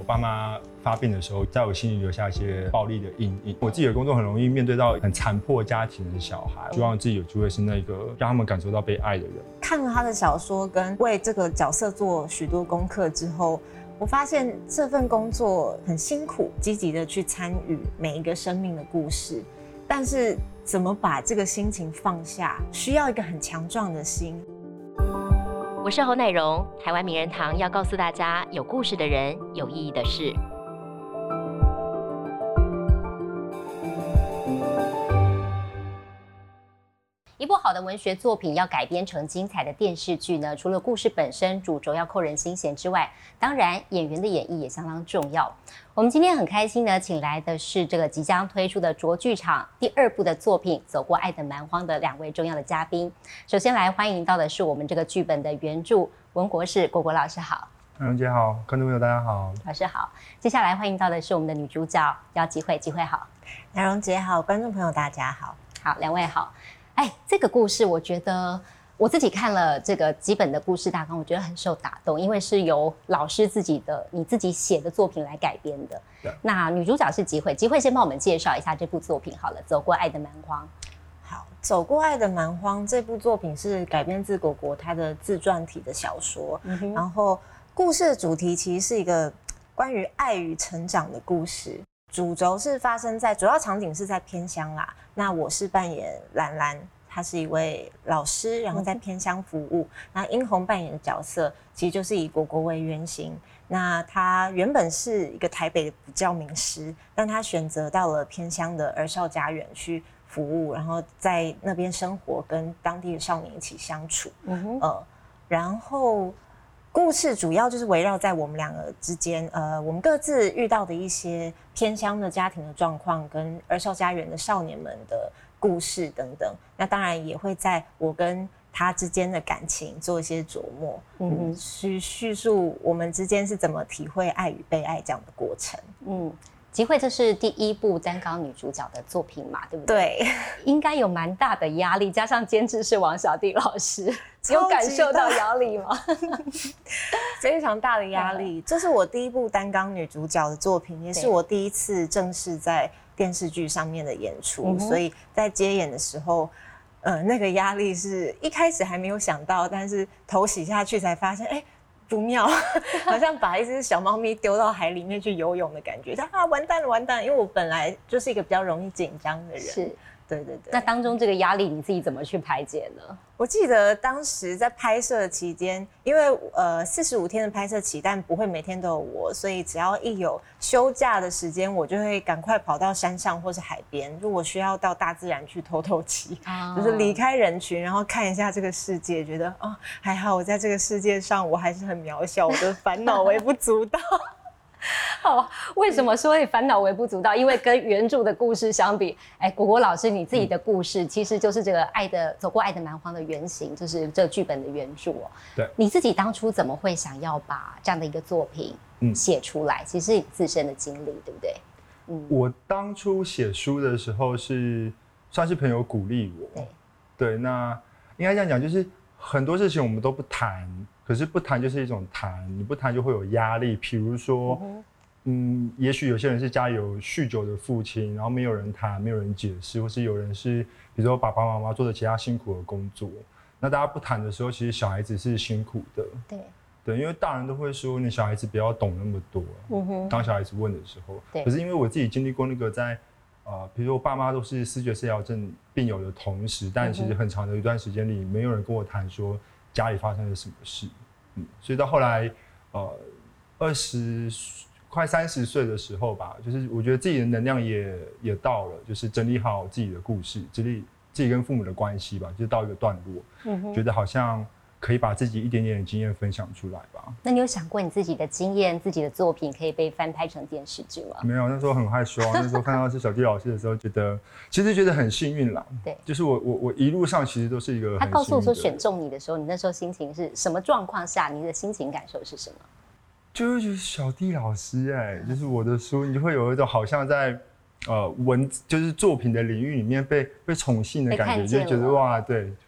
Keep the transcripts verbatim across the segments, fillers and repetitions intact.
爸妈发病的时候，在我心里留下一些暴力的阴影。我自己的工作很容易面对到很残破家庭的小孩，希望自己有机会是那个让他们感受到被爱的人。 看了他的小说，跟为这个角色做许多功课之后，我发现这份工作很辛苦，积极的去参与每一个生命的故事，但是怎么把这个心情放下，需要一个很强壮的心。 我是侯乃荣，台湾名人堂要告诉大家，有故事的人，有意义的事。一部好的文学作品要改编成精彩的电视剧呢，除了故事本身主轴要扣人心弦之外，当然演员的演绎也相当重要。我们今天很开心呢，请来的是这个即将推出的卓剧场第二部的作品《走过爱的蛮荒》的两位重要的嘉宾。首先来欢迎到的是我们这个剧本的原著文国士国国老师好。 乃荣姐好，观众朋友大家好。 老师好。接下来欢迎到的是我们的女主角姚吉慧，吉慧好。 乃荣姐好，观众朋友大家好。 好，两位好。哎，这个故事我觉得我自己看了这个基本的故事大纲，我觉得很受打动，因为是由老师自己的你自己写的作品来改编的。那女主角是吉慧，吉慧先帮我们介绍一下这部作品好了，《走过爱的蛮荒》。 好，《走过爱的蛮荒》这部作品是改编自国国他的自传体的小说，嗯、然后故事的主题其实是一个关于爱与成长的故事。主轴是发生在，主要场景是在偏乡啦。那我是扮演兰兰，她是一位老师，然后在偏乡服务。那殷红扮演的角色其实就是以国国为原型。那她原本是一个台北的补教名师，但她选择到了偏乡的儿少家园去服务，然后在那边生活，跟当地的少年一起相处。嗯哼，呃，然后。故事主要就是围绕在我们两个之间，呃，我们各自遇到的一些偏乡的家庭的状况，跟儿少家园的少年们的故事等等。那当然也会在我跟他之间的感情做一些琢磨，嗯，去叙述我们之间是怎么体会爱与被爱这样的过程。嗯。吉慧，这是第一部担纲女主角的作品嘛，对不对？对，应该有蛮大的压力，加上监制是王小弟老师，有感受到压力吗？非常大的压力。这是我第一部担纲女主角的作品，也是我第一次正式在电视剧上面的演出，嗯、所以在接演的时候，呃，那个压力是一开始还没有想到，但是头洗下去才发现，哎。不妙，好像把一只小猫咪丢到海里面去游泳的感觉，啊，完蛋了，完蛋了！因为我本来就是一个比较容易紧张的人，是，对对对。那当中这个压力你自己怎么去排解呢？我记得当时在拍摄期间，因为呃四十五天的拍摄期，但不会每天都有我，所以只要一有休假的时间，我就会赶快跑到山上或是海边。如果需要到大自然去透透气，哦、就是离开人群，然后看一下这个世界，觉得哦还好，我在这个世界上我还是很渺小，我的烦恼微不足道。好，为什么说会烦恼微不足道？因为跟原著的故事相比，哎，国国老师你自己的故事、嗯、其实就是这个爱的走过爱的蛮荒的原型，就是这个剧本的原著哦。对，你自己当初怎么会想要把这样的一个作品写出来？嗯、其实是你自身的经历，对不对？嗯，我当初写书的时候是算是朋友鼓励我，对，对，那应该这样讲，就是很多事情我们都不谈。可是不谈就是一种谈，你不谈就会有压力。比如说，嗯, 嗯，也许有些人是家里有酗酒的父亲，然后没有人谈，没有人解释，或是有人是，比如说爸爸妈妈做着其他辛苦的工作，那大家不谈的时候，其实小孩子是辛苦的。对，对，因为大人都会说你小孩子不要懂那么多，嗯哼，当小孩子问的时候，对。可是因为我自己经历过那个在，呃，比如说我爸妈都是思觉失调症病友的同时，但其实很长的一段时间里，没有人跟我谈说。家里发生了什么事，嗯，所以到后来，呃，二十快三十岁的时候吧，就是我觉得自己的能量也也到了，就是整理好自己的故事，整理自己跟父母的关系吧，就是到一个段落，嗯，觉得好像可以把自己一点点的经验分享出来吧。那你有想过你自己的经验、自己的作品可以被翻拍成电视剧吗？没有，那时候很害羞，那时候看到是小弟老师的时候，觉得其实觉得很幸运啦。对，就是我我我一路上其实都是一个很幸运的。他告诉我说选中你的时候，你那时候心情是什么状况下？你的心情感受是什么？就是觉得小弟老师哎、欸，就是我的书，你就会有一种好像在呃文就是作品的领域里面被被宠幸的感觉，就觉得哇，对。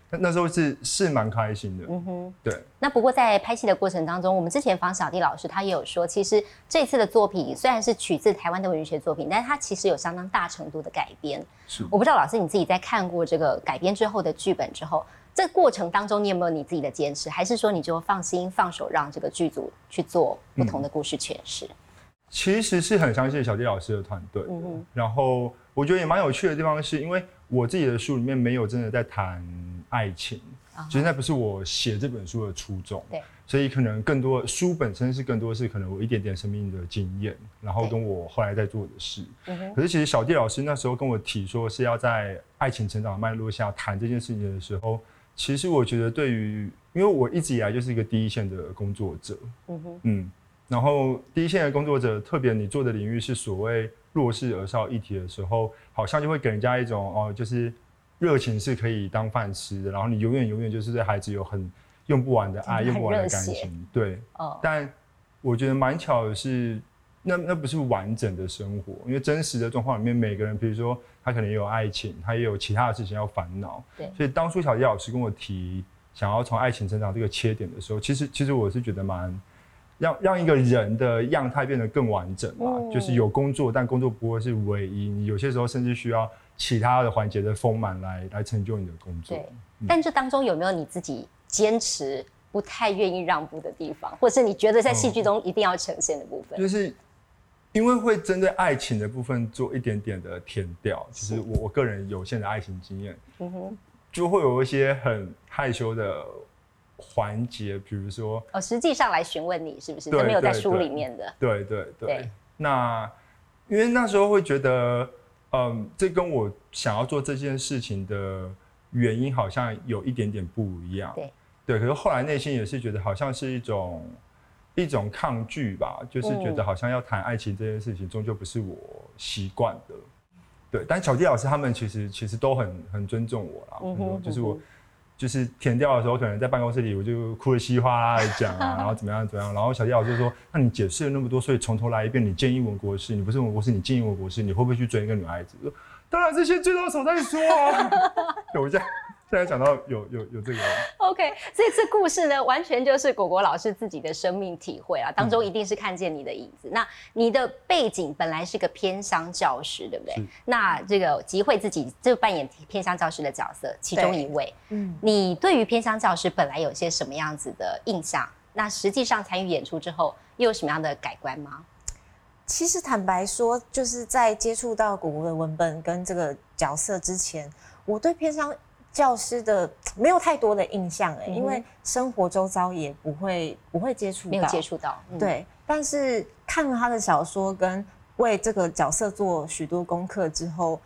那那时候是是蛮开心的。嗯哼，对。 那不过在拍戏的过程当中，我们之前访小弟老师，他也有说，其实这次的作品虽然是取自台湾的文学作品，但是它其实有相当大程度的改编。是，我不知道老师你自己在看过这个改编之后的剧本之后，这个过程当中你有没有你自己的坚持，还是说你就放心放手让这个剧组去做不同的故事诠释？嗯， 其实是很相信小弟老师的团队，嗯，然后我觉得也蛮有趣的地方是，因为我自己的书里面没有真的在谈爱情，其实那不是我写这本书的初衷，对，所以可能更多书本身是更多是可能我一点点生命的经验，然后跟我后来在做的事。可是其实小弟老师那时候跟我提说是要在爱情成长的脉络下谈这件事情的时候，其实我觉得对于，因为我一直以来就是一个第一线的工作者，嗯哼，嗯。然后第一线的工作者，特别你做的领域是所谓弱势儿少议题的时候，好像就会给人家一种哦，就是热情是可以当饭吃的，然后你永远永远就是对孩子有很用不完的爱，用不完的感情，对。哦。但我觉得蛮巧的是，那那不是完整的生活，因为真实的状况里面，每个人，比如说他可能也有爱情，他也有其他的事情要烦恼，对。所以当初小杰老师跟我提想要从爱情成长这个切点的时候，其实其实我是觉得蛮。让让一个人的样态变得更完整嘛，嗯，就是有工作，但工作不会是唯一，你有些时候甚至需要其他的环节的丰满来来成就你的工作。对， 嗯，但这当中有没有你自己坚持不太愿意让步的地方，或是你觉得在戏剧中一定要呈现的部分？ 嗯，就是因为会针对爱情的部分做一点点的填调，就是我我个人有限的爱情经验，嗯哼，就会有一些很害羞的环节，比如说哦，实际上来询问你是不是？这没有在书里面的。 对对 对, 对。那因为那时候会觉得，嗯，这跟我想要做这件事情的原因好像有一点点不一样。对对。可是后来内心也是觉得，好像是一种一种抗拒吧，就是觉得好像要谈爱情这件事情，终究不是我习惯的。对。但小弟老师他们其实其实都很很尊重我啦，嗯哼，就是我。就是填调的时候，可能在办公室里我就哭得稀里哗啦的讲啊，然后怎么样怎么样，然后小弟老师就说：“那你解释了那么多，所以从头来一遍，你建议文国士，你不是文国士，你建议文国士，你会不会去追一个女孩子？”我说：“当然是先追到手再说啊。”我现在现在讲到有有有这个 ，OK， 所以这故事呢，完全就是果果老师自己的生命体会啊，当中一定是看见你的影子。嗯，那你的背景本来是个偏乡教师，对不对？那这个集慧自己就扮演偏乡教师的角色，其中一位。嗯，你对于偏乡教师本来有些什么样子的印象？那实际上参与演出之后，又有什么样的改观吗？ 其实坦白说，就是在接触到果果的文本跟这个角色之前，我对偏乡教师的没有太多的印象哎，嗯，因为生活周遭也不会不会接触到， 没有接触到， 嗯，对。但是看了他的小说，跟为这个角色做许多功课之后，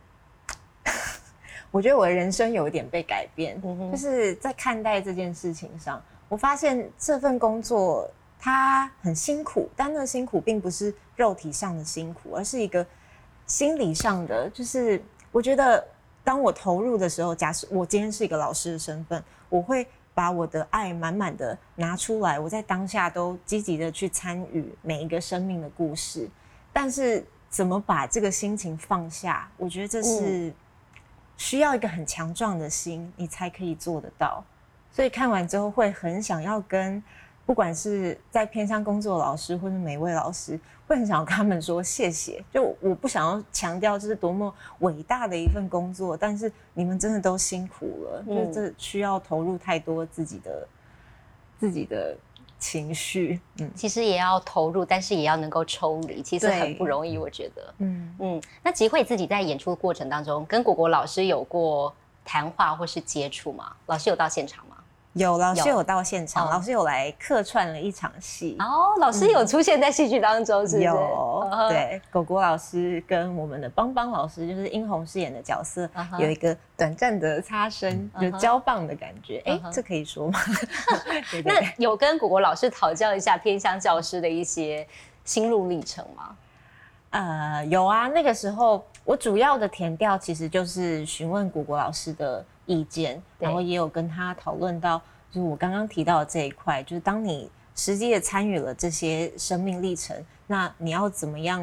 我觉得我的人生有一点被改变，嗯，就是在看待这件事情上，我发现这份工作它很辛苦，但那个辛苦并不是肉体上的辛苦，而是一个心理上的，就是我觉得。当我投入的时候，假设我今天是一个老师的身份，我会把我的爱满满的拿出来，我在当下都积极的去参与每一个生命的故事。但是怎么把这个心情放下，我觉得这是需要一个很强壮的心，你才可以做得到。所以看完之后会很想要跟不管是在偏乡工作的老师或是每位老师，会很想要跟他们说谢谢。就我不想要强调这是多么伟大的一份工作，但是你们真的都辛苦了，嗯，就是这需要投入太多自己的自己的情绪。 嗯，其实也要投入，但是也要能够抽离，其实很不容易，我觉得。嗯嗯，那集慧自己在演出的过程当中，跟果果老师有过谈话或是接触吗？老师有到现场吗？ 有，老师有到现场，哦，老师有来客串了一场戏。 哦，老师有出现在戏剧当中，是不是？ 有，嗯，对，果果老师跟我们的邦邦老师，就是殷红饰演的角色，嗯，有一个短暂的擦身，嗯，就交棒的感觉。哎，嗯，这可以说吗？ 对对对，那有跟果果老师讨教一下偏乡教师的一些心路历程吗？ 呃，有啊，那个时候我主要的填调其实就是询问果果老师的意见，然后也有跟他讨论到，就是我刚刚提到的这一块，就是当你实际的参与了这些生命历程，那你要怎么样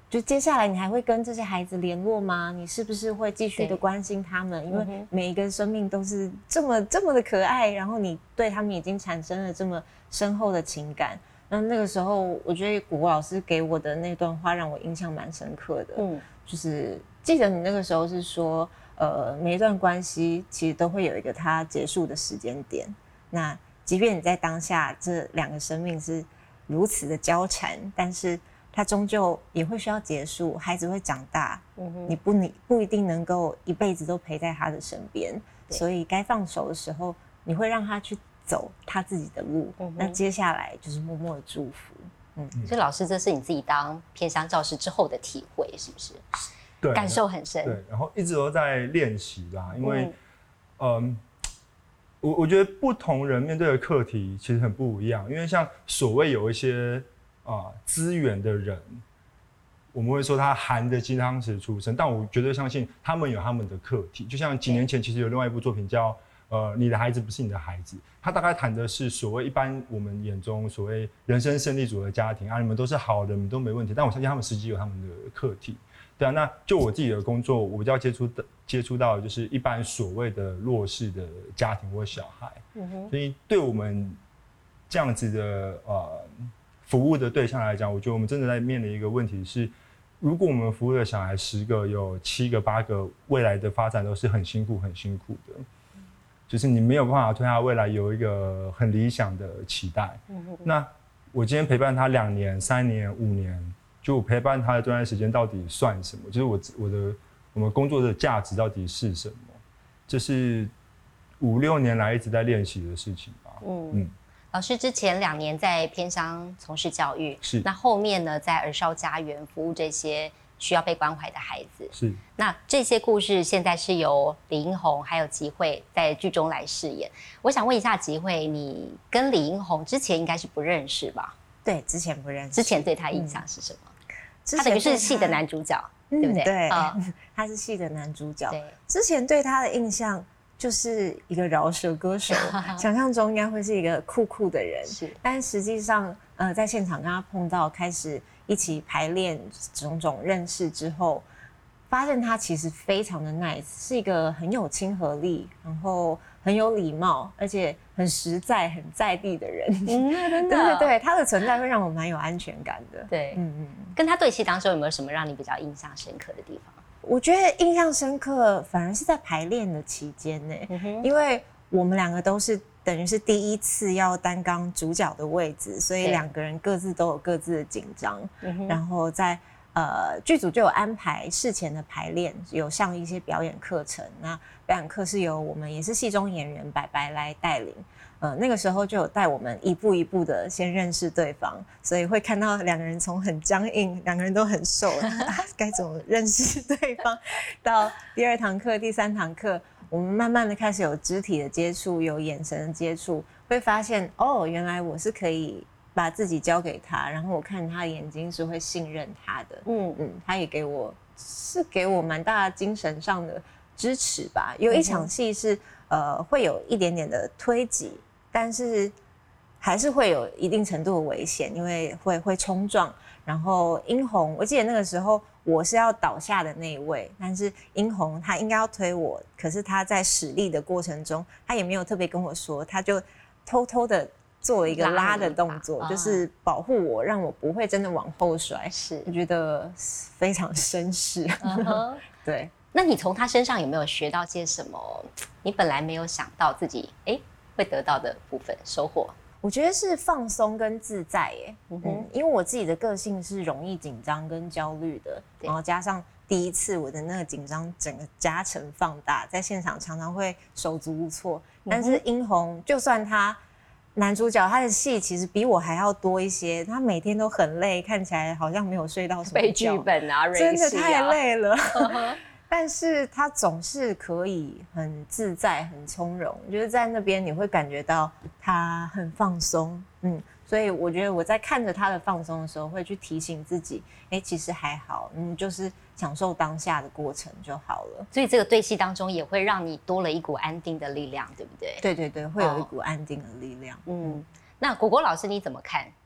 就接下来你还会跟这些孩子联络吗？你是不是会继续的关心他们？因为每一个生命都是这么这么的可爱，然后你对他们已经产生了这么深厚的情感。那那个时候，我觉得果果老师给我的那段话让我印象蛮深刻的。嗯，就是记得你那个时候是说，呃，每一段关系其实都会有一个它结束的时间点。那即便你在当下这两个生命是如此的交缠，但是它终究也会需要结束，孩子会长大，嗯、你不你不一定能够一辈子都陪在他的身边，所以该放手的时候，你会让他去走他自己的路，嗯、那接下来就是默默的祝福。嗯， 所以老师，这是你自己当偏乡教师之后的体会，是不是？ 对， 感受很深。 对，然后一直都在练习啦，因为，嗯。嗯我我觉得不同人面对的课题其实很不一样，因为像所谓有一些啊资源的人，我们会说他含着金汤匙出生，但我绝对相信他们有他们的课题。就像几年前其实有另外一部作品叫呃你的孩子不是你的孩子，他大概谈的是所谓一般我们眼中所谓人生胜利组的家庭啊，你们都是好的，你们都没问题，但我相信他们实际有他们的课题。对啊，那就我自己的工作，我比较接触的接触到的就是一般所谓的弱势的家庭或小孩，嗯哼，所以对我们这样子的呃服务的对象来讲，我觉得我们真的在面临一个问题是，如果我们服务的小孩十个有七个八个未来的发展都是很辛苦很辛苦的，就是你没有办法对他未来有一个很理想的期待，嗯哼，那我今天陪伴他两年、三年、五年。就我陪伴他的这段时间到底算什么？就是我我的我们工作的价值到底是什么？这是五六年来一直在练习的事情吧。嗯嗯。 老师之前两年在偏乡从事教育， 是。 那后面呢，在儿少家园服务这些需要被关怀的孩子， 是。 那这些故事现在是由李英宏还有吉慧在剧中来饰演。我想问一下吉慧，你跟李英宏之前应该是不认识吧？ 对，之前不认识。 之前对他印象是什么？嗯他等于是戏的男主角， 嗯、 对不对？ 对，嗯、他是戏的男主角。之前对他的印象就是一个饶舌歌手，想象中应该会是一个酷酷的人。 是， 但实际上，呃，在现场跟他碰到，开始一起排练，种种认识之后，发现他其实非常的 nice， 是一个很有亲和力，然后很有礼貌，而且很实在、很在地的人。 嗯，真的， 对对对，他的存在会让我蛮有安全感的。 对，嗯嗯。跟他对戏当中有没有什么让你比较印象深刻的地方？ 我觉得印象深刻反而是在排练的期间呢，嗯、因为我们两个都是等于是第一次要担纲主角的位置，所以两个人各自都有各自的紧张，嗯、然后在。呃，剧组就有安排事前的排练，有上一些表演课程。那表演课是由我们也是戏中演员白白来带领。呃，那个时候就有带我们一步一步的先认识对方，所以会看到两个人从很僵硬，两个人都很瘦，该怎么认识对方，到第二堂课、第三堂课，我们慢慢的开始有肢体的接触，有眼神的接触，会发现哦，原来我是可以。把自己交给他，然后我看他的眼睛是会信任他的，嗯嗯，他也给我是给我蛮大的精神上的支持吧。有一场戏是、嗯、呃会有一点点的推挤，但是还是会有一定程度的危险，因为会会冲撞。然后英宏，我记得那个时候我是要倒下的那一位，但是英宏他应该要推我，可是他在使力的过程中，他也没有特别跟我说，他就偷偷的。做了一个拉的动作，就是保护我，让我不会真的往后摔。是，我觉得非常绅士。Uh-huh. 对， 那你从他身上有没有学到些什么？你本来没有想到自己哎会得到的部分收获？ 我觉得是放松跟自在耶。嗯哼，因为我自己的个性是容易紧张跟焦虑的，然后加上第一次我的那个紧张整个加成放大，在现场常常会手足无措。但是英宏，就算他。男主角他的戏其实比我还要多一些，他每天都很累，看起来好像没有睡到什么觉， 背剧本啊， 真的太累了。Uh-huh. 但是他总是可以很自在、很从容，就是在那边你会感觉到他很放松，嗯，所以我觉得我在看着他的放松的时候，会去提醒自己，哎，其实还好，嗯，就是享受当下的过程就好了。 所以这个对戏当中也会让你多了一股安定的力量，对不对？ 对对对，会有一股安定的力量。 哦、嗯，那果果老师你怎么看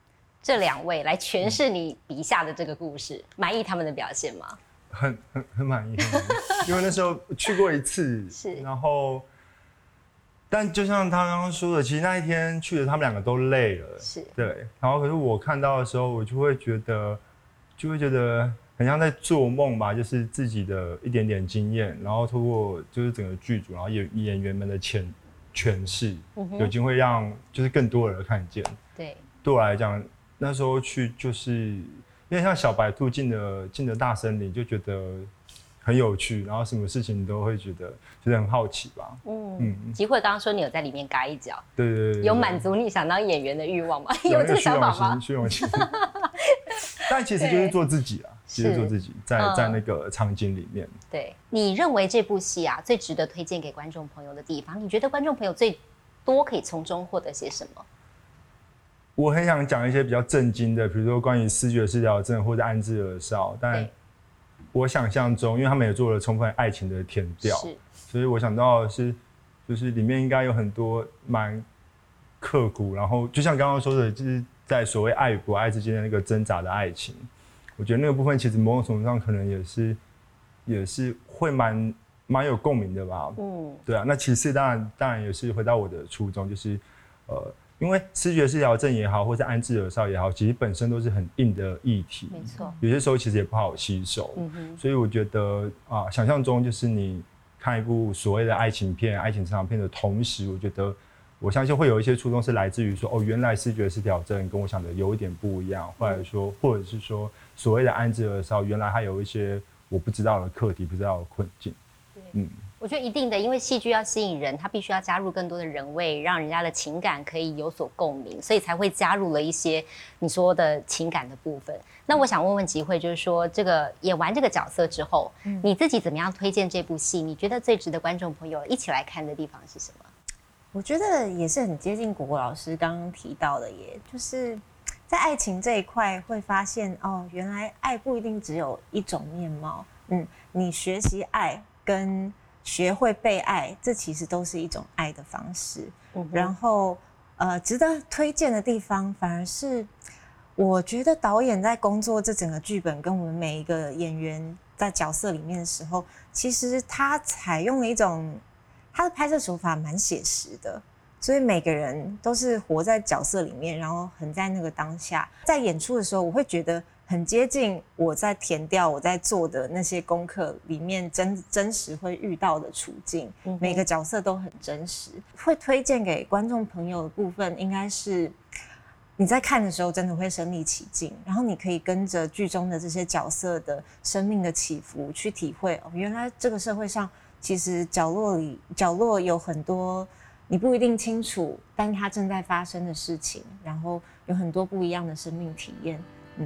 这两位来诠释你笔下的这个故事，满意他们的表现吗？ 很很很满意，因为那时候去过一次， 是， 然后，但就像他刚刚说的，其实那一天去的他们两个都累了， 是对，然后可是我看到的时候，我就会觉得，就会觉得很像在做梦吧，就是自己的一点点经验，然后透过就是整个剧组，然后演演员们的诠诠释，嗯、有机会让就是更多人看见。 对，对我来讲，那时候去就是有点像小白兔进了进了大森林，就觉得很有趣，然后什么事情你都会觉得觉得很好奇吧。嗯嗯，集慧刚刚说你有在里面嘎一脚， 对对 对, 对， 有满足你想当演员的欲望吗？有这个想法吗？ 虚荣心，但其实就是做自己啊，其实做自己，在、嗯、在那个场景里面。 对，你认为这部戏啊最值得推荐给观众朋友的地方，你觉得观众朋友最多可以从中获得些什么？ 我很想讲一些比较震惊的，比如说关于思觉失调症或者安置儿少，但我想象中，因为他们也做了充分爱情的填调，所以我想到的是，就是里面应该有很多蛮刻骨，然后就像刚刚说的，就是在所谓爱与不爱之间的那个挣扎的爱情，我觉得那个部分其实某种程度上可能也是也是会蛮蛮有共鸣的吧。嗯，对啊，那其次当然当然也是回到我的初衷，就是呃。因为思觉失调症也好，或者安置儿少也好，其实本身都是很硬的议题， 没错， 有些时候其实也不好吸收。嗯哼，所以我觉得啊，想象中就是你看一部所谓的爱情片、爱情成长片的同时，我觉得我相信会有一些初衷是来自于说，哦，原来思觉失调症跟我想的有一点不一样，或者说，或者是说所谓的安置儿少，原来还有一些我不知道的课题、不知道的困境。 嗯。我觉得一定的，因为戏剧要吸引人，它必须要加入更多的人味，让人家的情感可以有所共鸣，所以才会加入了一些你说的情感的部分。那我想问问集慧，就是说这个演完这个角色之后，嗯、你自己怎么样推荐这部戏？你觉得最值得观众朋友一起来看的地方是什么？ 我觉得也是很接近果果老师刚刚提到的，也就是在爱情这一块会发现哦，原来爱不一定只有一种面貌。嗯，你学习爱跟学会被爱，这其实都是一种爱的方式。嗯、然后，呃，值得推荐的地方，反而是我觉得导演在工作这整个剧本跟我们每一个演员在角色里面的时候，其实他采用了一种他的拍摄手法蛮写实的，所以每个人都是活在角色里面，然后很在那个当下，在演出的时候，我会觉得很接近我在填调我在做的那些功课里面真真实会遇到的处境，嗯、每个角色都很真实。会推荐给观众朋友的部分，应该是你在看的时候真的会身临其境，然后你可以跟着剧中的这些角色的生命的起伏去体会，哦，原来这个社会上其实角落里角落有很多你不一定清楚，但它正在发生的事情，然后有很多不一样的生命体验。嗯。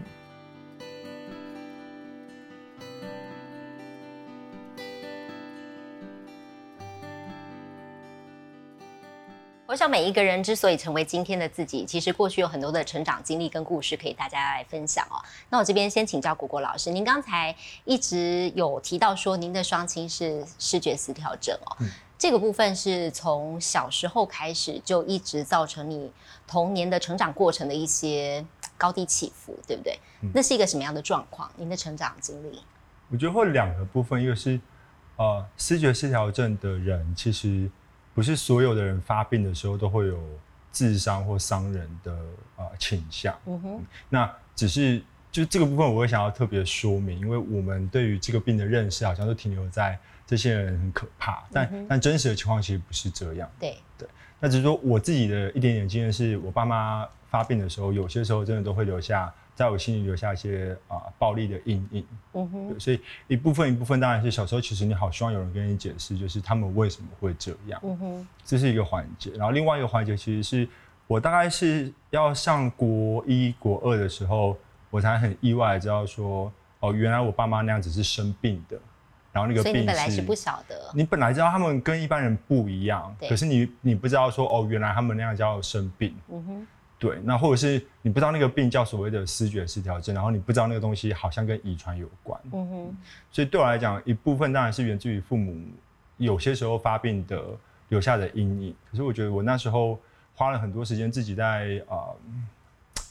我想每一个人之所以成为今天的自己，其实过去有很多的成长经历跟故事可以大家来分享哦。那我这边先请教果果老师，您刚才一直有提到说您的双亲是视觉失调症哦，嗯、这个部分是从小时候开始就一直造成你童年的成长过程的一些高低起伏，对不对？嗯、那是一个什么样的状况？您的成长经历？ 我觉得会两个部分，一个是呃视觉失调症的人其实不是所有的人发病的时候都会有自伤或伤人的呃倾向，嗯哼，那只是就这个部分我会想要特别说明，因为我们对于这个病的认识好像都停留在这些人很可怕，但、嗯、但真实的情况其实不是这样， 对对，那只是说我自己的一点点经验是，我爸妈发病的时候，有些时候真的都会留下。在我心里留下一些啊、呃、暴力的阴影，嗯哼，所以一部分一部分当然是小时候，其实你好希望有人跟你解释，就是他们为什么会这样，嗯哼，这是一个环节。然后另外一个环节，其实是我大概是要上国一国二的时候，我才很意外知道说，哦，原来我爸妈那样只是生病的，然后那个病是，所以你本来是不晓得， 你本来知道他们跟一般人不一样，可是你你不知道说，哦，原来他们那样叫生病，嗯哼。对，那或者是你不知道那个病叫所谓的思觉失调症，然后你不知道那个东西好像跟遗传有关，嗯哼，所以对我来讲，一部分当然是源自于父母有些时候发病的留下的阴影。可是我觉得我那时候花了很多时间自己在呃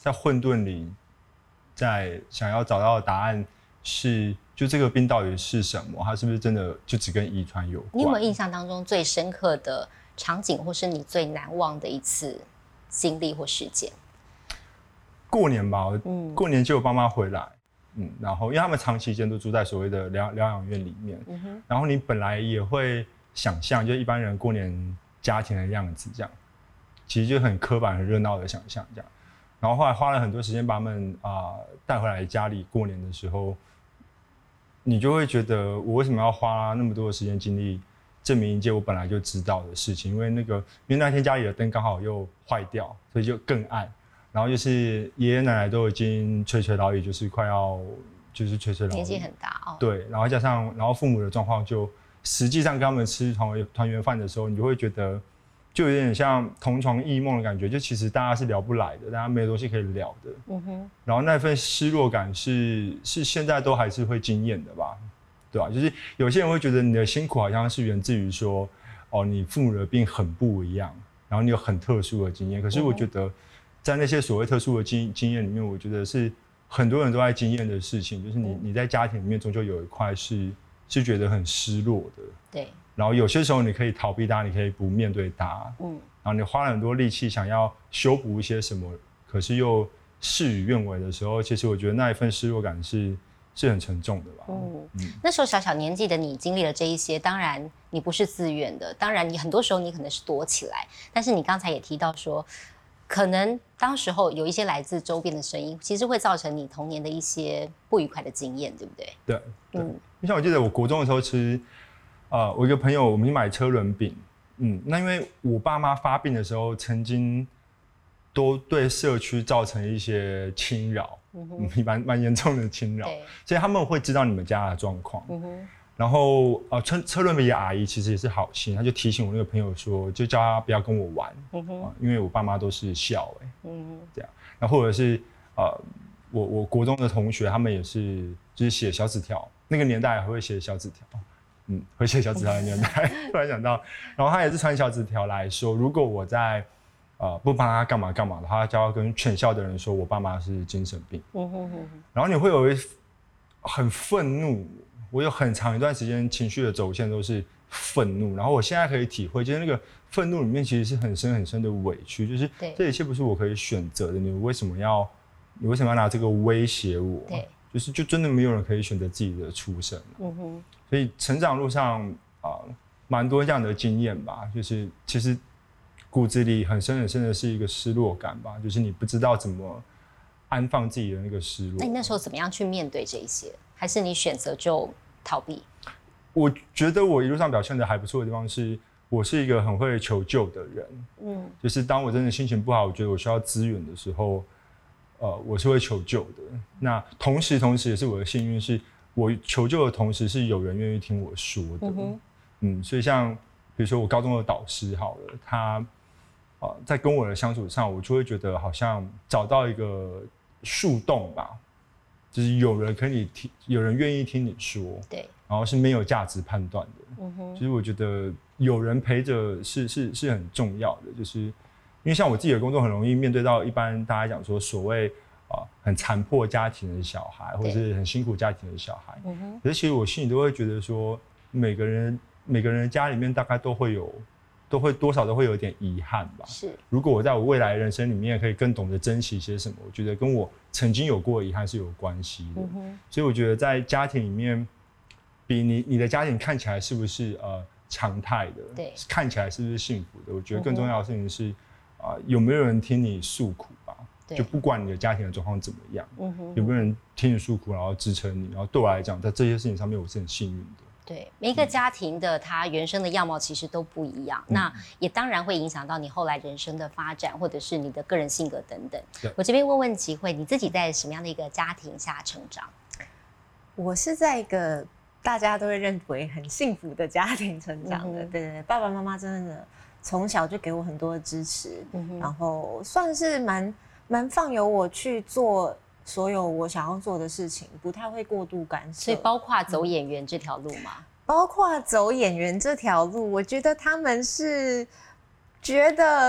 在混沌里，在想要找到的答案是，就这个病到底是什么？它是不是真的就只跟遗传有关？ 你有没有印象当中最深刻的场景，或是你最难忘的一次经历或事件？ 过年吧，嗯、过年就我爸妈回来，嗯，然后因为他们长期间都住在所谓的疗疗养院里面，嗯哼，然后你本来也会想象，就一般人过年家庭的样子这样，其实就很刻板、很热闹的想象这样。然后后来花了很多时间把他们啊带回来家里过年的时候，你就会觉得我为什么要花那么多的时间精力证明一件我本来就知道的事情？因为那个因为那天家里的灯刚好又坏掉，所以就更暗。然后就是爷爷奶奶都已经垂垂老矣，就是快要就是垂垂老矣， 年纪很大哦。 对，然后加上然后父母的状况就实际上跟他们吃团团圆饭的时候，你就会觉得。就有点像同床异梦的感觉，就其实大家是聊不来的，大家没有东西可以聊的。嗯哼。然后那份失落感是是现在都还是会经验的吧，对吧？就是有些人会觉得你的辛苦好像是源自于说，哦，你父母的病很不一样，然后你有很特殊的经验。可是我觉得，在那些所谓特殊的经经验里面，我觉得是很多人都在经验的事情，就是你你在家庭里面终究有一块是是觉得很失落的。 对。 然后有些时候你可以逃避它，你可以不面对它，嗯，然后你花了很多力气想要修补一些什么，可是又事与愿违的时候，其实我觉得那一份失落感是是很沉重的吧。嗯嗯，那时候小小年纪的你经历了这一些，当然你不是自愿的，当然你很多时候你可能是躲起来，但是你刚才也提到说，可能当时候有一些来自周边的声音，其实会造成你童年的一些不愉快的经验，对不对？ 对，对嗯，像我记得我国中的时候吃。呃，我一个朋友，我们去买车轮饼，嗯，那因为我爸妈发病的时候，曾经都对社区造成一些侵扰，嗯，蛮蛮严重的侵扰，所以他们会知道你们家的状况，嗯哼，然后呃，车车轮饼的阿姨其实也是好心，她就提醒我那个朋友说，就叫他不要跟我玩，嗯哼，呃、因为我爸妈都是校哎、欸，嗯，这样，然后或者是呃，我我国中的同学，他们也是就是写小纸条，那个年代还会写小纸条。嗯，会写小纸条的年代，突然想到，然后他也是传小纸条来说，如果我在呃不帮他干嘛干嘛的话，他就要跟全校的人说我爸妈是精神病。嗯哼哼。然后你会有一很愤怒，我有很长一段时间情绪的走线都是愤怒，然后我现在可以体会，就是那个愤怒里面其实是很深很深的委屈，就是这一切不是我可以选择的，你为什么要你为什么要拿这个威胁我？对，就是就真的没有人可以选择自己的出身。嗯哼。所以成长路上啊，蛮多这样的经验吧，就是其实骨子里很深很深的是一个失落感吧，就是你不知道怎么安放自己的那个失落。 那你那时候怎么样去面对这一些？还是你选择就逃避？ 我觉得我一路上表现的还不错的地方是，我是一个很会求救的人。嗯，就是当我真的心情不好，我觉得我需要资源的时候，呃，我是会求救的。那同时，同时也是我的幸运是。我求救的同时，是有人愿意听我说的，嗯, 嗯，所以像比如说我高中的导师好了，他、呃、在跟我的相处上，我就会觉得好像找到一个树洞吧，就是有人可以听，有人愿意听你说，对，然后是没有价值判断的，嗯哼，其实我觉得有人陪着是是是很重要的，就是因为像我自己的工作很容易面对到一般大家讲说所谓。啊，很残破家庭的小孩，或者是很辛苦家庭的小孩，嗯、可是其实我心里都会觉得说，每个人每个人家里面大概都会有，都会多少都会有一点遗憾吧。是，如果我在我未来人生里面可以更懂得珍惜些什么，我觉得跟我曾经有过的遗憾是有关系的。嗯、所以我觉得在家庭里面，比你你的家庭看起来是不是呃常态的，对，看起来是不是幸福的，我觉得更重要的事情是啊、呃、有没有人听你诉苦吧。就不管你的家庭的状况怎么样，嗯、有没有人听你诉苦，然后支撑你，然后对我来讲，在这些事情上面，我是很幸运的。 对，每一个家庭的它原生的样貌其实都不一样，嗯、那也当然会影响到你后来人生的发展，或者是你的个人性格等等。我这边问问吉慧，你自己在什么样的一个家庭下成长？ 我是在一个大家都会认为很幸福的家庭成长的，嗯、对对对，爸爸妈妈真的从小就给我很多的支持，嗯、然后算是蛮。蛮放由我去做所有我想要做的事情，不太会过度干涉。 所以包括走演员这条路吗？嗯、 包括走演员这条路，我觉得他们是觉得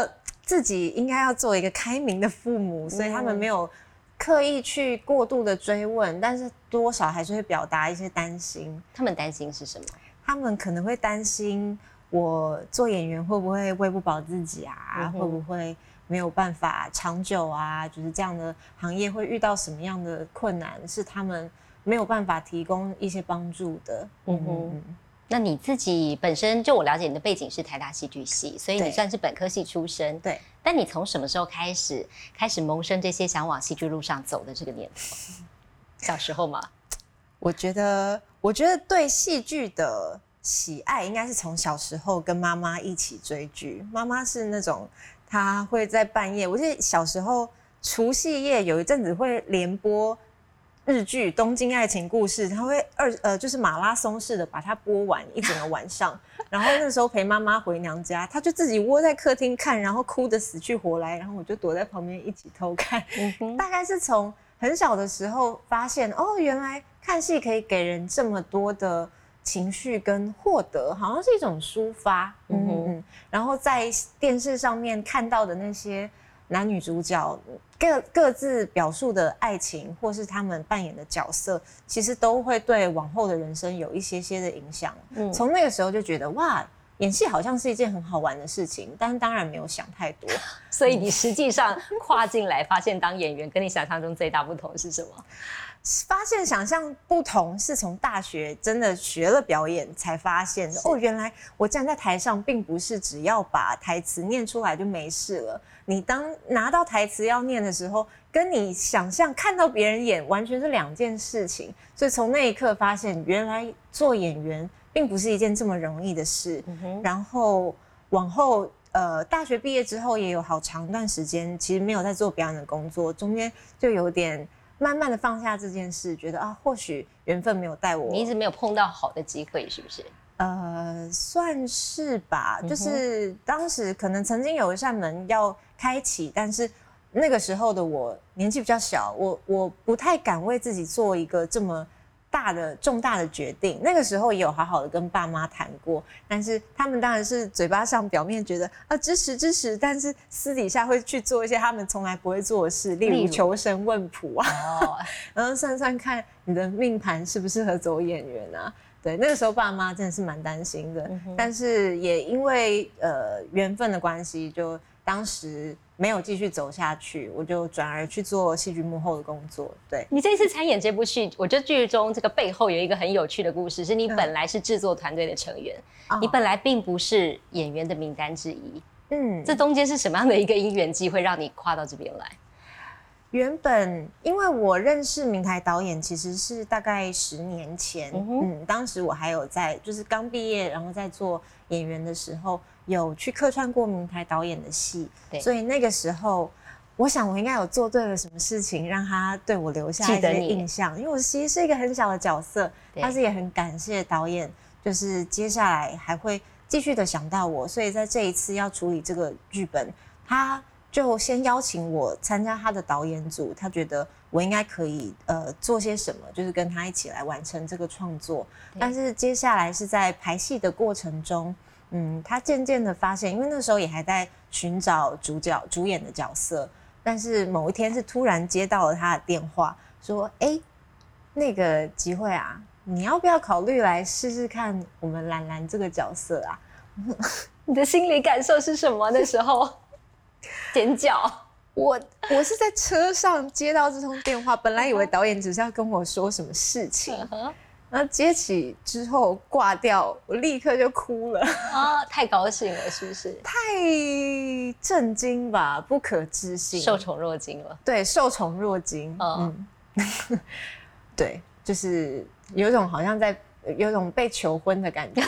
自己应该要做一个开明的父母，所以他们没有刻意去过度的追问，但是多少还是会表达一些担心。 他们担心是什么？他们可能会担心我做演员会不会喂不饱自己啊，嗯、会不会没有办法长久啊？就是这样的行业会遇到什么样的困难，是他们没有办法提供一些帮助的。嗯哼。嗯， 那你自己本身就我了解你的背景是台大戏剧系，所以你算是本科系出身。 对。 但你从什么时候开始开始萌生这些想往戏剧路上走的这个念头？小时候吗？ 我觉得，我觉得对戏剧的喜爱应该是从小时候跟妈妈一起追剧。妈妈是那种她会在半夜，我记得小时候除夕夜有一阵子会连播日剧《东京爱情故事》，他会二呃就是马拉松式的把它播完一整个晚上。然后那时候陪妈妈回娘家，她就自己窝在客厅看，然后哭得死去活来，然后我就躲在旁边一起偷看。嗯、大概是从很小的时候发现，哦，原来看戏可以给人这么多的情绪跟获得，好像是一种抒发。嗯嗯，然后在电视上面看到的那些男女主角各各自表述的爱情，或是他们扮演的角色，其实都会对往后的人生有一些些的影响。嗯，从那个时候就觉得哇，演戏好像是一件很好玩的事情，但当然没有想太多。 所以你实际上跨进来，发现当演员跟你想象中最大不同是什么？ 发现想象不同是从大学真的学了表演才发现，哦，原来我站在台上并不是只要把台词念出来就没事了。你当拿到台词要念的时候，跟你想象看到别人演完全是两件事情。所以从那一刻发现，原来做演员并不是一件这么容易的事。嗯、然后往后，呃，大学毕业之后也有好长一段时间，其实没有在做表演的工作，中间就有点慢慢的放下这件事，觉得啊，或许缘分没有带我， 你一直没有碰到好的机会，是不是？ 呃，算是吧，就是当时可能曾经有一扇门要开启，但是那个时候的我年纪比较小，我我不太敢为自己做一个这么大的重大的决定。那个时候也有好好的跟爸妈谈过，但是他们当然是嘴巴上表面觉得啊支持支持，但是私底下会去做一些他们从来不会做的事，例如求神问卜啊，哦、然后算算看你的命盘适不适合走演员啊。对，那个时候爸妈真的是蛮担心的，嗯、但是也因为呃缘分的关系，就当时没有继续走下去，我就转而去做戏剧幕后的工作。对， 你这一次参演这部戏，我觉得剧中这个背后有一个很有趣的故事，是你本来是制作团队的成员，嗯、你本来并不是演员的名单之一。嗯，这中间是什么样的一个因缘机会让你跨到这边来？ 原本因为我认识明台导演其实是大概十年前，嗯, 嗯，当时我还有在就是刚毕业，然后在做演员的时候，有去客串过明台导演的戏，所以那个时候，我想我应该有做对了什么事情，让他对我留下一些印象，因为我其实是一个很小的角色，但是也很感谢导演，就是接下来还会继续的想到我，所以在这一次要处理这个剧本，他就先邀请我参加他的导演组，他觉得我应该可以呃做些什么，就是跟他一起来完成这个创作。但是接下来是在排戏的过程中，嗯，他渐渐的发现，因为那时候也还在寻找主角主演的角色，但是某一天是突然接到了他的电话，说：“哎，那个集慧啊，你要不要考虑来试试看我们兰兰这个角色啊？” 你的心理感受是什么？那时候？尖叫！ 我我是在车上接到这通电话，本来以为导演只是要跟我说什么事情，然后接起之后挂掉，我立刻就哭了啊！太高兴了，是不是？ 太震惊吧，不可置信， 受宠若惊了。 对，受宠若惊。嗯，嗯对，就是有种好像在有种被求婚的感觉。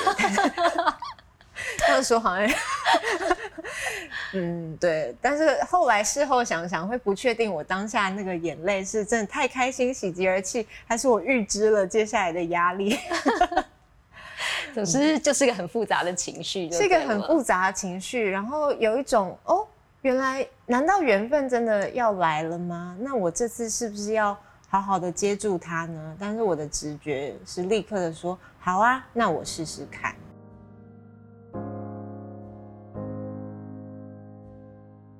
那时候好像，嗯，对，但是后来事后想想，会不确定我当下那个眼泪是真的太开心喜极而泣，还是我预知了接下来的压力。 总之就是一个很复杂的情绪， 是一个很复杂的情绪，然后有一种哦，原来难道缘分真的要来了吗？那我这次是不是要好好的接住它呢？但是我的直觉是立刻的说，好啊，那我试试看。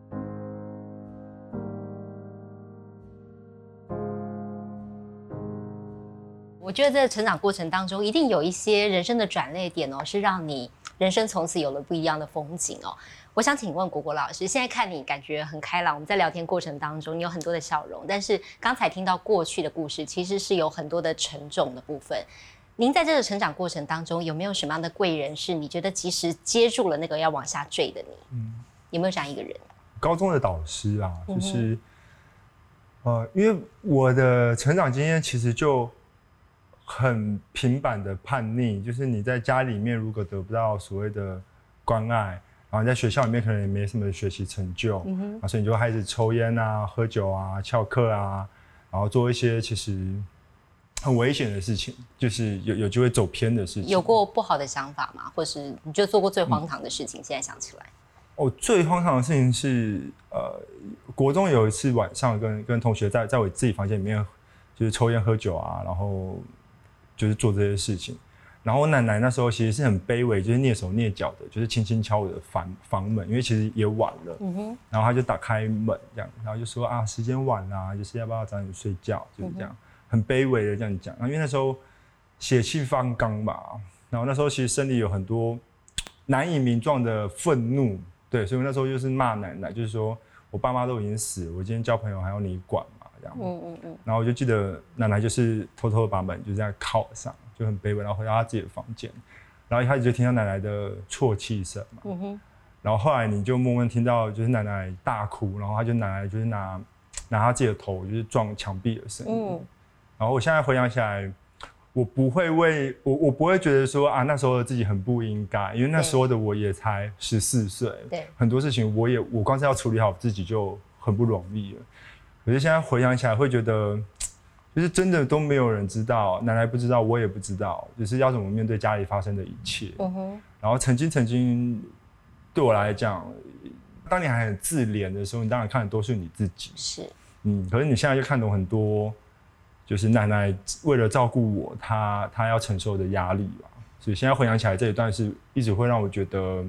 我觉得在成长过程当中，一定有一些人生的转捩点哦，是让你人生从此有了不一样的风景哦。我想请问果果老师，现在看你感觉很开朗，我们在聊天过程当中，你有很多的笑容，但是刚才听到过去的故事，其实是有很多的沉重的部分。您在这个成长过程当中，有没有什么样的贵人是你觉得及时接住了那个要往下坠的你？嗯，有没有这样一个人？ 高中的导师啊，就是、嗯、呃，因为我的成长经验其实就很平板的叛逆，就是你在家里面如果得不到所谓的关爱，然后你在学校里面可能也没什么学习成就，嗯哼，所以你就开始抽烟啊、喝酒啊、翘课啊，然后做一些其实很危险的事情，就是有有机会走偏的事情。 有过不好的想法吗？或是你觉得做过最荒唐的事情？嗯、现在想起来， 哦，最荒唐的事情是，呃，国中有一次晚上跟跟同学在在我自己房间里面，就是抽烟喝酒啊，然后就是做这些事情。然后我奶奶那时候其实是很卑微，就是蹑手蹑脚的，就是轻轻敲我的房房门，因为其实也晚了。嗯哼。然后她就打开门这样，然后就说啊，时间晚啦，就是要不要早点睡觉，就是这样，嗯、很卑微的这样讲。因为那时候血气方刚吧，然后那时候其实心里有很多难以名状的愤怒，对，所以我那时候就是骂奶奶，就是说我爸妈都已经死了，我今天交朋友还要你管嘛，这样。嗯嗯嗯。然后我就记得奶奶就是偷偷的把门就这样靠上。就很卑微，然后回到他自己的房间，然后一开始就听到奶奶的啜泣声嘛，嗯哼，然后后来你就默默听到就是奶奶大哭，然后他就奶奶就是拿拿他自己的头就是撞墙壁的声音，嗯，然后我现在回想起来，我不会为我我不会觉得说啊那时候的自己很不应该，因为那时候的我也才十四岁，对，很多事情我也我光是要处理好自己就很不容易了，可是现在回想起来会觉得。就是真的都没有人知道，奶奶不知道，我也不知道，就是要怎么面对家里发生的一切。嗯哼。然后曾经曾经对我来讲，当你还很自怜的时候，你当然看的都是你自己。是。嗯，可是你现在就看懂很多，就是奶奶为了照顾我，她她要承受的压力吧。所以现在回想起来，这一段是一直会让我觉得，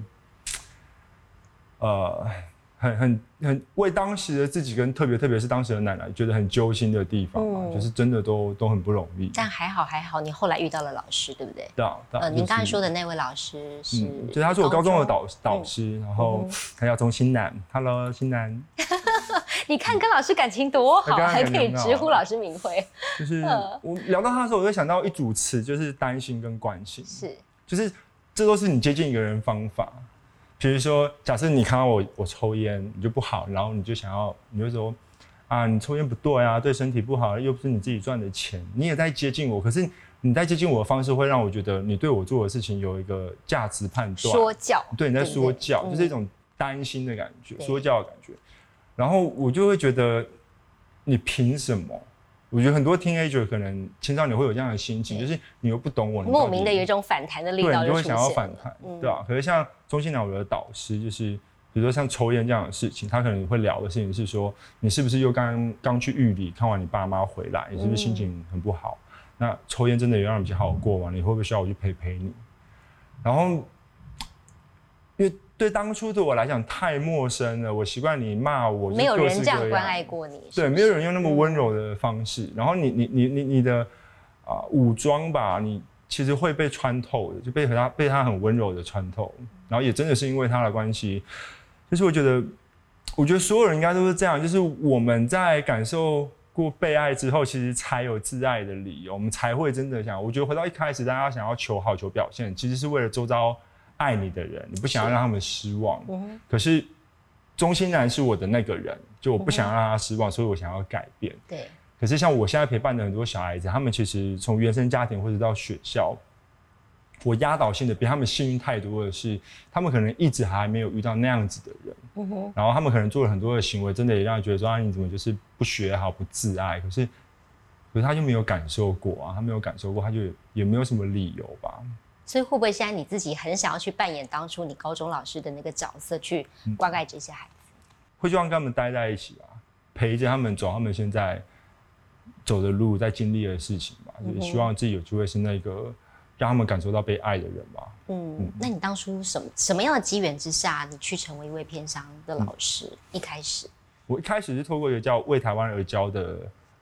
呃。很很很为当时的自己跟特别特别是当时的奶奶觉得很揪心的地方、啊嗯、就是真的都都很不容易。 但还好还好，你后来遇到了老师，对不对？ 对啊，对啊。 呃，您刚才说的那位老师是， 嗯、就是他是我高中的导导师，嗯、然后他叫钟新南。Hello， 新南。 你看跟老师感情多好，还可以直呼老师名讳。 就是我聊到他的时候，我会想到一组词，就是担心跟关心。是，就是这都是你接近一个人方法。比如说，假设你看到我我抽烟，你就不好，然后你就想要，你就说，啊，你抽烟不对啊，对身体不好，又不是你自己赚的钱，你也在接近我，可是你在接近我的方式会让我觉得你对我做的事情有一个价值判断， 说教， 对，你在说教，对对，就是一种担心的感觉，说教的感觉，然后我就会觉得，你凭什么？我觉得很多 teenager 可能青少年会有这样的心情，就是你又不懂我， 莫名的有一种反弹的力道就出现了，对，你就会想要反弹， 嗯、对吧、啊？可是像钟欣南我的导师，就是比如说像抽烟这样的事情，他可能会聊的事情是说，你是不是又刚刚去狱里看完你爸妈回来，你是不是心情很不好？嗯、那抽烟真的有让你比较好过吗？你会不会需要我去陪陪你？然后，因为对当初的我来讲太陌生了，我习惯你骂我， 没有人这样关爱过你， 对，没有人用那么温柔的方式。嗯、然后你你你你你的啊、呃、武装吧，你其实会被穿透的，就被他被他很温柔的穿透。然后也真的是因为他的关系，就是我觉得，我觉得所有人应该都是这样，就是我们在感受过被爱之后，其实才有自爱的理由，我们才会真的想。我觉得回到一开始，大家想要求好、求表现，其实是为了周遭爱你的人，你不想要让他们失望。嗯、可是钟欣南是我的那个人，就我不想要让他失望，嗯、所以我想要改变。对。可是像我现在陪伴的很多小孩子，他们其实从原生家庭或者到学校，我压倒性的比他们幸运太多的是，他们可能一直还没有遇到那样子的人。嗯哼。然后他们可能做了很多的行为，真的也让人觉得说啊，你怎么就是不学好、不自爱？可是，可是他就没有感受过啊，他没有感受过，他就 也, 也没有什么理由吧。 所以会不会现在你自己很想要去扮演当初你高中老师的那个角色，去关爱这些孩子？嗯、 会希望跟他们待在一起啊，陪着他们走他们现在走的路，在经历的事情吧，嗯、就是希望自己有机会是那个让他们感受到被爱的人吧。 嗯，嗯那你当初什么什么样的机缘之下，你去成为一位偏乡的老师？嗯、一开始， 我一开始是透过一个叫为台湾而教的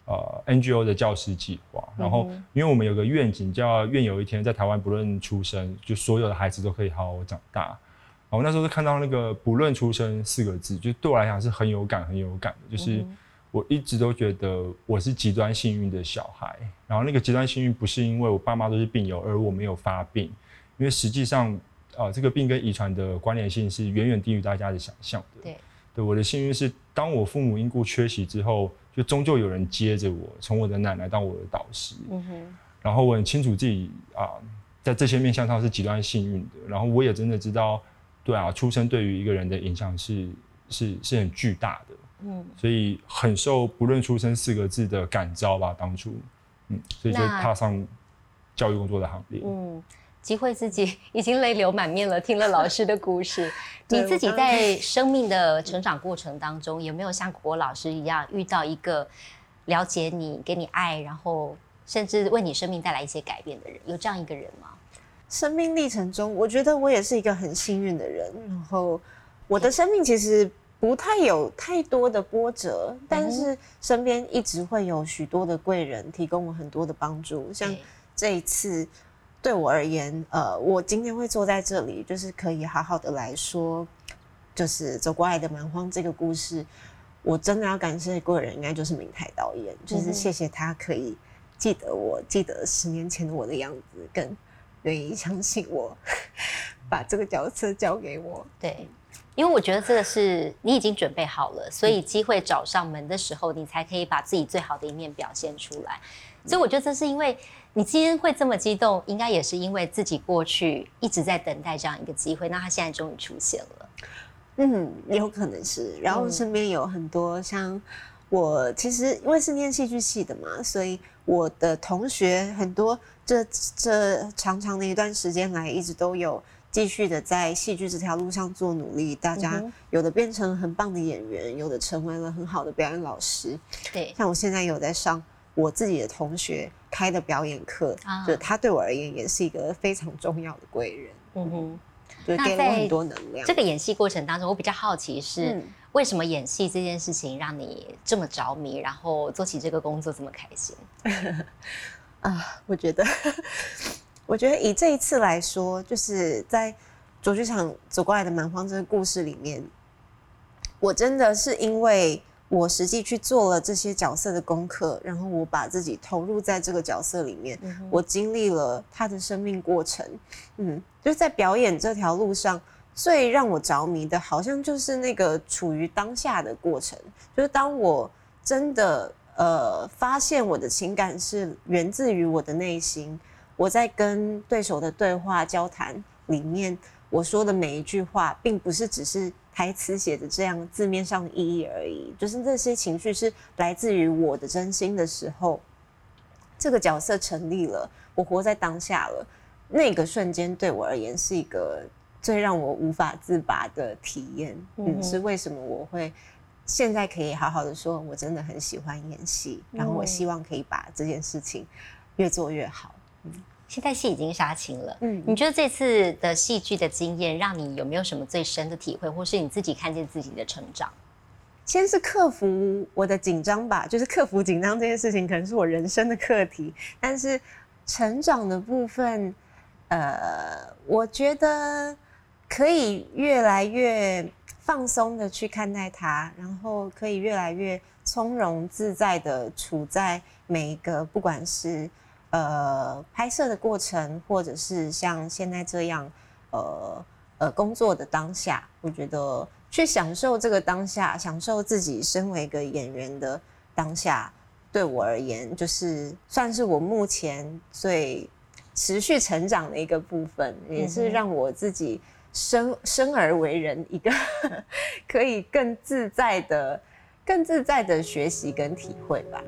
呃 N G O 的教师计划，然后因为我们有个愿景叫愿有一天在台湾不论出生，就所有的孩子都可以好好长大。然后那时候就看到那个不论出生四个字，就对我来讲是很有感很有感的，就是我一直都觉得我是极端幸运的小孩，然后那个极端幸运不是因为我爸妈都是病友而我没有发病，因为实际上呃这个病跟遗传的关联性是远远低于大家的想象的。 对， 对，我的幸运是当我父母因故缺席之后，就终究有人接着我，从我的奶奶当我的导师。嗯哼，然后我很清楚自己啊、呃，在这些面向上是极端幸运的。然后我也真的知道，对啊，出生对于一个人的影响是是是很巨大的。嗯，所以很受不论出生四个字的感召吧，当初，嗯，所以就踏上教育工作的行列。 嗯，机会自己已经泪流满面了，听了老师的故事。你自己在生命的成长过程当中，有没有像果果老师一样遇到一个了解你、给你爱，然后甚至为你生命带来一些改变的人？有这样一个人吗？ 生命历程中，我觉得我也是一个很幸运的人。然后我的生命其实不太有太多的波折，嗯、但是身边一直会有许多的贵人提供我很多的帮助。像这一次。对我而言，呃，我今天会坐在这里，就是可以好好的来说，就是走过爱的蛮荒这个故事。我真的要感谢贵人，应该就是明台导演，就是谢谢他可以记得我，记得十年前的我的样子，更愿意相信我，把这个角色交给我。 对，因为我觉得这个是你已经准备好了，所以机会找上门的时候，你才可以把自己最好的一面表现出来。所以我觉得这是因为你今天会这么激动，应该也是因为自己过去一直在等待这样一个机会，那他现在终于出现了。 嗯，有可能是。然后身边有很多像我，其实因为是念戏剧系的嘛，所以我的同学很多这这长长的一段时间来，一直都有继续的在戏剧这条路上做努力。大家有的变成很棒的演员，有的成为了很好的表演老师。 对， 像我现在有在上我自己的同学开的表演课，啊、就他对我而言也是一个非常重要的贵人。嗯哼，就给了我很多能量。 这个演戏过程当中，我比较好奇是、嗯、为什么演戏这件事情让你这么着迷，然后做起这个工作这么开心？ 啊，我觉得，我觉得以这一次来说，就是在卓剧场走过来的蛮荒这个故事里面，我真的是因为。我实际去做了这些角色的功课，然后我把自己投入在这个角色里面，嗯、我经历了他的生命过程，嗯，就是在表演这条路上，最让我着迷的，好像就是那个处于当下的过程，就是当我真的呃发现我的情感是源自于我的内心，我在跟对手的对话交谈里面，我说的每一句话，并不是只是。台词写的这样字面上的意义而已，就是这些情绪是来自于我的真心的时候，这个角色成立了，我活在当下了，那个瞬间对我而言是一个最让我无法自拔的体验。嗯，是为什么我会现在可以好好的说，我真的很喜欢演戏，然后我希望可以把这件事情越做越好。嗯。 现在戏已经杀青了，嗯，你觉得这次的戏剧的经验，让你有没有什么最深的体会，或是你自己看见自己的成长？ 先是克服我的紧张吧，就是克服紧张这件事情，可能是我人生的课题。但是成长的部分，呃，我觉得可以越来越放松的去看待它，然后可以越来越从容自在的处在每一个，不管是。呃，拍摄的过程，或者是像现在这样，呃呃，工作的当下，我觉得去享受这个当下，享受自己身为一个演员的当下，对我而言，就是算是我目前最持续成长的一个部分，也是让我自己生生而为人一个可以更自在的、更自在的学习跟体会吧。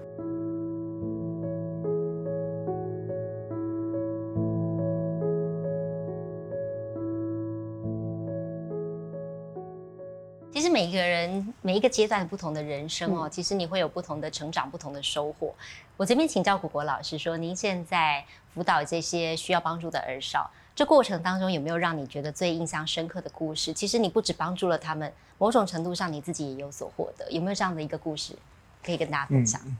其实每一个人每一个阶段不同的人生哦，嗯、其实你会有不同的成长、不同的收获。我这边请教果果老师说，您现在辅导这些需要帮助的儿少，这过程当中有没有让你觉得最印象深刻的故事？其实你不只帮助了他们，某种程度上你自己也有所获得，有没有这样的一个故事可以跟大家分享？ 嗯、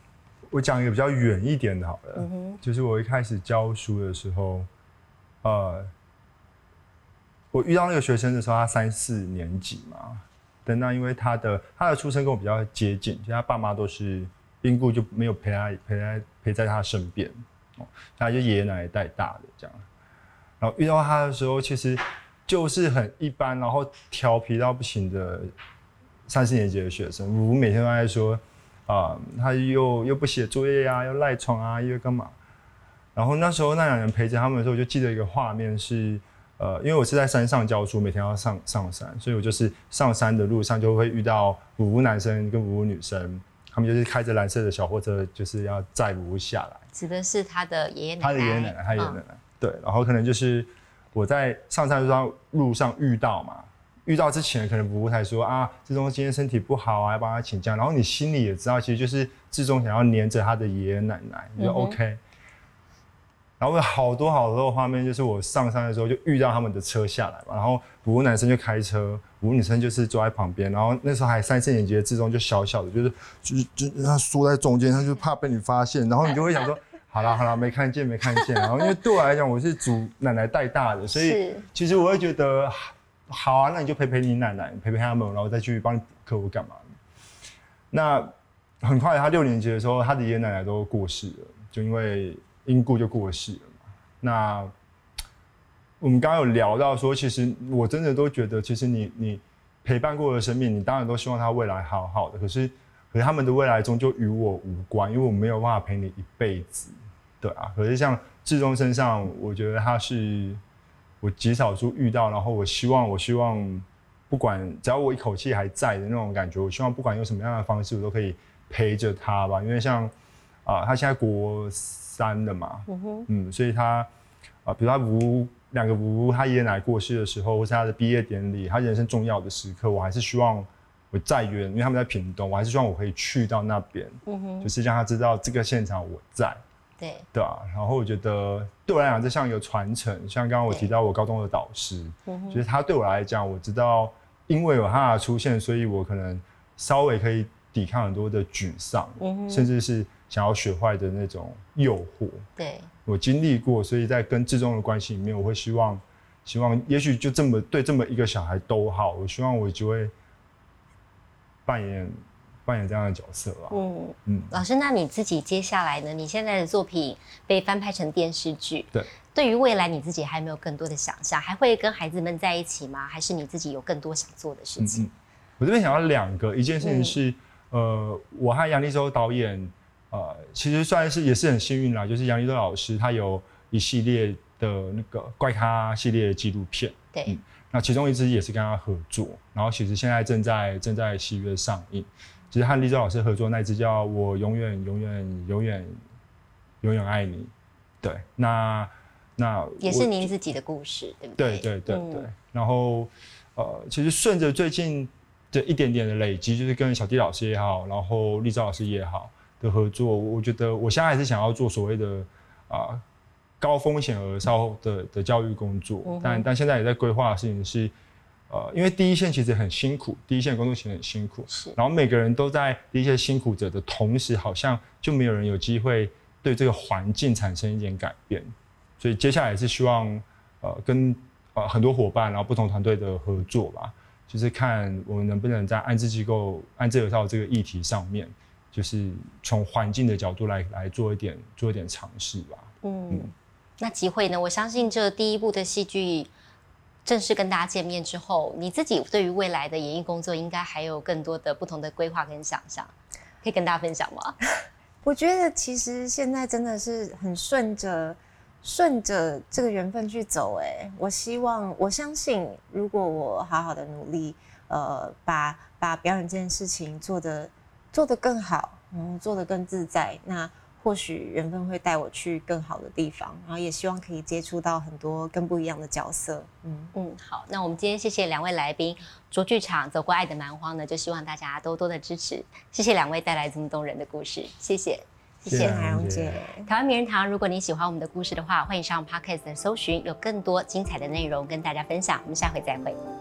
我讲一个比较远一点的好了，嗯、就是我一开始教书的时候，呃，我遇到那个学生的时候，他三四年级嘛，但那因为他的他的出生跟我比较接近，其实他爸妈都是因故就没有陪他陪他陪在他身边，哦，他就爷爷奶奶带大的这样。然后遇到他的时候，其实就是很一般，然后调皮到不行的三四年级的学生，我每天都在说。啊、呃，他又又不写作业啊，又赖床啊，又干嘛？然后那时候那两人陪着他们的时候，我就记得一个画面是，呃，因为我是在山上教书，每天要上上山，所以我就是上山的路上就会遇到五五男生跟五五女生，他们就是开着蓝色的小货车，就是要载五五下来。 指的是他的爷爷奶奶， 他的爷爷奶奶，他爷爷奶奶、嗯，对，然后可能就是我在上山路上路上遇到嘛。遇到之前，可能服务台说啊，志忠今天身体不好啊，要帮他请假。然后你心里也知道，其实就是志忠想要黏着他的爷爷奶奶，你就 OK。嗯、然后有好多好多的画面，就是我上山的时候就遇到他们的车下来嘛，然后服务男生就开车，服务女生就是坐在旁边。然后那时候还三四年级的志忠就小小的，就是就是就他缩在中间，他就怕被你发现。然后你就会想说，好啦好啦，没看见没看见。然后因为对我来讲，我是祖奶奶带大的，所以其实我会觉得。好啊，那你就陪陪你奶奶，陪陪他们，然后再去帮你补课或干嘛。那很快，他六年级的时候，他的爷爷奶奶都过世了，就因为因故就过世了嘛。那我们刚刚有聊到说，其实我真的都觉得，其实你你陪伴过的生命，你当然都希望他未来好好的。可是，可是他们的未来终究与我无关，因为我没有办法陪你一辈子，对啊。可是像志忠身上，我觉得他是。我极少数遇到，然后我希望，我希望，不管只要我一口气还在的那种感觉，我希望不管用什么样的方式，我都可以陪着他吧。因为像啊、呃，他现在国三了嘛，嗯哼，嗯，所以他啊、呃，比如他五两个五他爷爷奶奶过世的时候，或是他的毕业典礼，他人生重要的时刻，我还是希望我在远，因为他们在屏东，我还是希望我可以去到那边，嗯哼，就是让他知道这个现场我在。 对对啊，然后我觉得对我来讲，这像一个传承。像刚刚我提到我高中的导师，就是他对我来讲，我知道因为有他的出现，所以我可能稍微可以抵抗很多的沮丧，嗯、甚至是想要学坏的那种诱惑。 对， 我经历过，所以在跟志忠的关系里面，我会希望，希望也许就这么对这么一个小孩都好，我希望我就会扮演。扮演这样的角色啊， 嗯嗯，老师，那你自己接下来呢？你现在的作品被翻拍成电视剧， 对， 对于未来你自己还没有更多的想象，还会跟孩子们在一起吗？还是你自己有更多想做的事情？嗯嗯、 我这边想要两个，一件事情是，嗯、呃，我和杨力州导演，呃，其实算是也是很幸运啦，就是杨力州老师他有一系列的那个怪咖系列的纪录片， 对，嗯、 那其中一支也是跟他合作，然后其实现在正在正在七月上映。其实和力州老师合作那支叫我永遠永遠永遠永遠愛你，对，那那也是您自己的故事，对不对？ 对对对对。嗯、然后呃，其实顺着最近的一点点的累积，就是跟小弟老师也好，然后力州老师也好的合作，我觉得我现在还是想要做所谓的啊、呃、高风险儿少的的教育工作，嗯、但但现在也在规划的事情是。呃，因为第一线其实很辛苦，第一线工作其实很辛苦，是。然后每个人都在第一线辛苦者的同时，好像就没有人有机会对这个环境产生一点改变。所以接下来是希望呃跟呃很多伙伴，然后不同团队的合作吧，就是看我们能不能在安置机构、安置儿少这个议题上面，就是从环境的角度来来做一点做一点尝试吧。 嗯，嗯那集会呢？我相信这第一部的戏剧。正式跟大家见面之后，你自己对于未来的演艺工作应该还有更多的不同的规划跟想象，可以跟大家分享吗？ 我觉得其实现在真的是很顺着顺着这个缘分去走。哎，我希望我相信，如果我好好的努力，呃，把把表演这件事情做得做得更好，嗯，做得更自在，那。或许缘分会带我去更好的地方，然后也希望可以接触到很多更不一样的角色。嗯嗯，好，那我们今天谢谢两位来宾，卓剧场走过爱的蛮荒呢，就希望大家多多的支持。谢谢两位带来这么动人的故事，谢谢， 谢谢海蓉姐。 台湾名人堂，如果你喜欢我们的故事的话，欢迎上 Podcast 的搜寻，有更多精彩的内容跟大家分享。我们下回再会。